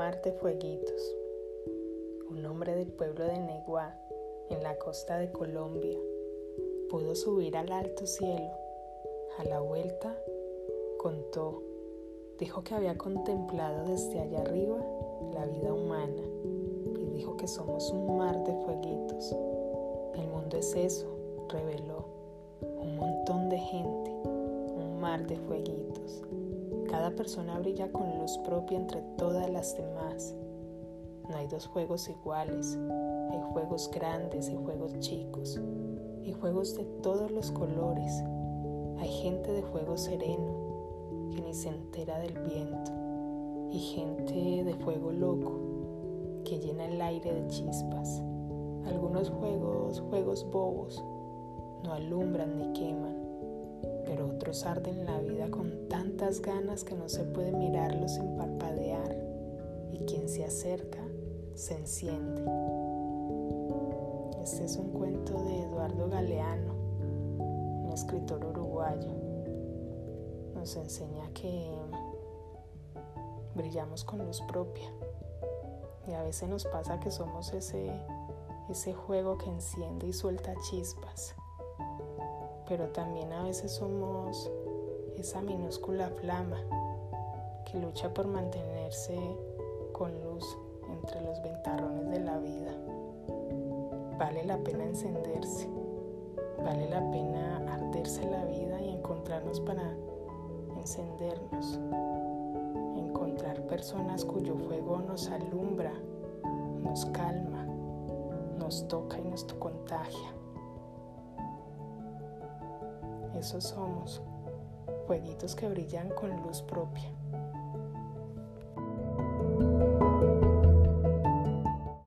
mar de fueguitos. Un hombre del pueblo de Neguá, en la costa de Colombia, pudo subir al alto cielo. A la vuelta, contó, dijo que había contemplado desde allá arriba la vida humana y dijo que somos un mar de fueguitos. El mundo es eso, reveló, un montón de gente, un mar de fueguitos. Cada persona brilla con luz propia entre todas las demás. No hay dos fuegos iguales, hay fuegos grandes y fuegos chicos, y fuegos de todos los colores. Hay gente de fuego sereno, que ni se entera del viento, y gente de fuego loco, que llena el aire de chispas. Algunos fuegos bobos, no alumbran ni queman, pero otros arden la vida con tantas ganas que no se puede mirarlos sin parpadear, y quien se acerca se enciende. Este es un cuento de Eduardo Galeano, un escritor uruguayo. Nos enseña que brillamos con luz propia, y a veces nos pasa que somos ese fuego que enciende y suelta chispas, pero también a veces somos esa minúscula flama que lucha por mantenerse con luz entre los ventarrones de la vida. Vale la pena encenderse, vale la pena arderse la vida y encontrarnos para encendernos, encontrar personas cuyo fuego nos alumbra, nos calma, nos toca y nos contagia. Esos somos, fueguitos que brillan con luz propia.